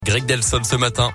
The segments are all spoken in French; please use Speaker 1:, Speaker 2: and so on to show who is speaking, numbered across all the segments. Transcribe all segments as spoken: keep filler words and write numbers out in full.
Speaker 1: Greg Delson ce matin.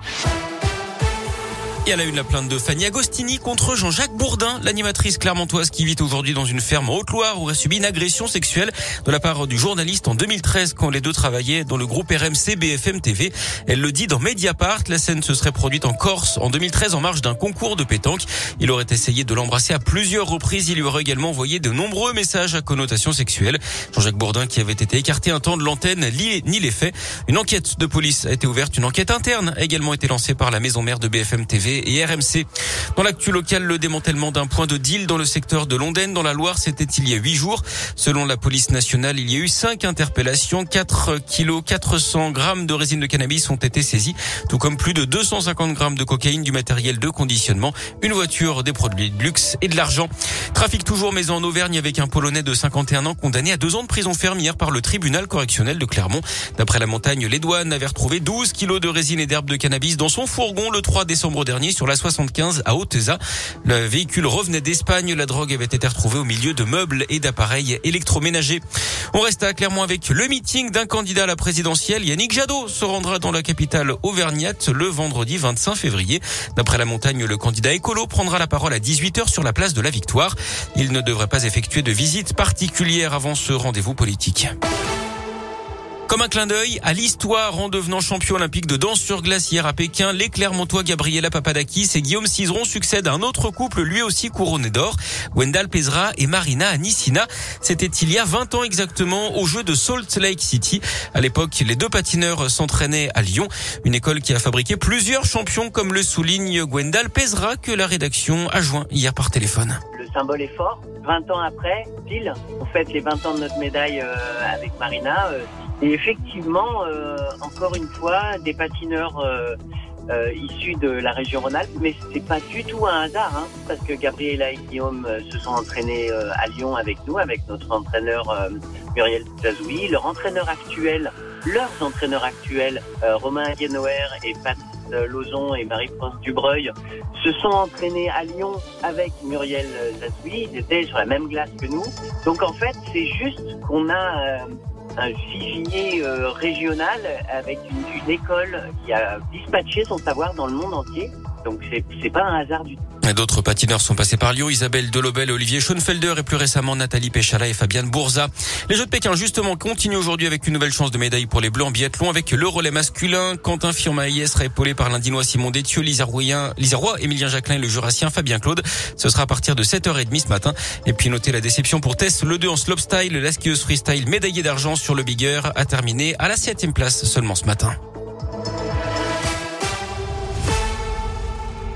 Speaker 1: Et à la une, la plainte de Fanny Agostini contre Jean-Jacques Bourdin, l'animatrice clermontoise qui vit aujourd'hui dans une ferme en Haute-Loire où aurait subi une agression sexuelle de la part du journaliste en deux mille treize quand les deux travaillaient dans le groupe R M C B F M T V. Elle le dit dans Mediapart, la scène se serait produite en Corse en deux mille treize en marge d'un concours de pétanque. Il aurait essayé de l'embrasser à plusieurs reprises. Il lui aurait également envoyé de nombreux messages à connotation sexuelle. Jean-Jacques Bourdin, qui avait été écarté un temps de l'antenne, nie les faits. Une enquête de police a été ouverte. Une enquête interne a également été lancée par la maison mère de B F M T V et R M C. Dans l'actu locale, le démantèlement d'un point de deal dans le secteur de Londaine, dans la Loire, c'était il y a huit jours. Selon la police nationale, il y a eu cinq interpellations. quatre kilos quatre cents grammes de résine de cannabis ont été saisis, tout comme plus de deux cent cinquante grammes de cocaïne, du matériel de conditionnement, une voiture, des produits de luxe et de l'argent. Trafic toujours, mais en Auvergne, avec un Polonais de cinquante et un ans condamné à deux ans de prison ferme hier par le tribunal correctionnel de Clermont. D'après la montagne, les douanes avaient retrouvé douze kilos de résine et d'herbe de cannabis dans son fourgon le trois décembre dernier sur la soixante-quinze à Oteza. Le véhicule revenait d'Espagne. La drogue avait été retrouvée au milieu de meubles et d'appareils électroménagers. On reste à Clermont avec le meeting d'un candidat à la présidentielle. Yannick Jadot se rendra dans la capitale auvergnate le vendredi vingt-cinq février. D'après la montagne, le candidat écolo prendra la parole à dix-huit heures sur la place de la Victoire. Il ne devrait pas effectuer de visite particulière avant ce rendez-vous politique. Comme un clin d'œil à l'histoire, en devenant champion olympique de danse sur glace hier à Pékin, les Clermontois Gabriela Papadakis et Guillaume Cizeron succèdent à un autre couple lui aussi couronné d'or, Gwendal Pesra et Marina Anissina. C'était il y a vingt ans exactement, au jeu de Salt Lake City. À l'époque, les deux patineurs s'entraînaient à Lyon, une école qui a fabriqué plusieurs champions, comme le souligne Gwendal Pesra, que la rédaction a joint hier par téléphone.
Speaker 2: Le symbole est fort. vingt ans après, pile, on fête les vingt ans de notre médaille euh, avec Marina. Euh, et effectivement, euh, encore une fois, des patineurs euh, euh, issus de la région Rhône-Alpes. Mais c'est pas du tout un hasard, hein, parce que Gabriela et Guillaume euh, se sont entraînés euh, à Lyon avec nous, avec notre entraîneur euh, Muriel Zazoui. Leur entraîneur actuel, leurs entraîneurs actuels, euh, Romain Guénoer et Pat Lozon et Marie-France Dubreuil, se sont entraînés à Lyon avec Muriel Zazoui. Ils étaient sur la même glace que nous. Donc en fait, c'est juste qu'on a euh, un vivier euh, régional avec une, une école qui a dispatché son savoir dans le monde entier. Donc c'est, c'est pas un hasard du tout.
Speaker 1: D'autres patineurs sont passés par Lyon, Isabelle Delobel, Olivier Schoenfelder et plus récemment Nathalie Péchala et Fabienne Bourza. Les Jeux de Pékin justement continuent aujourd'hui avec une nouvelle chance de médaille pour les Bleus en biathlon avec le relais masculin. Quentin Fillon-Maillet sera épaulé par l'Indinois Simon Détieux, l'Isérois Émilien Jacquelin et le Jurassien Fabien Claude. Ce sera à partir de sept heures trente ce matin. Et puis notez la déception pour Tess Le deux en slopestyle. La skieuse freestyle médaillée d'argent sur le bigger a terminé à la septième place seulement ce matin.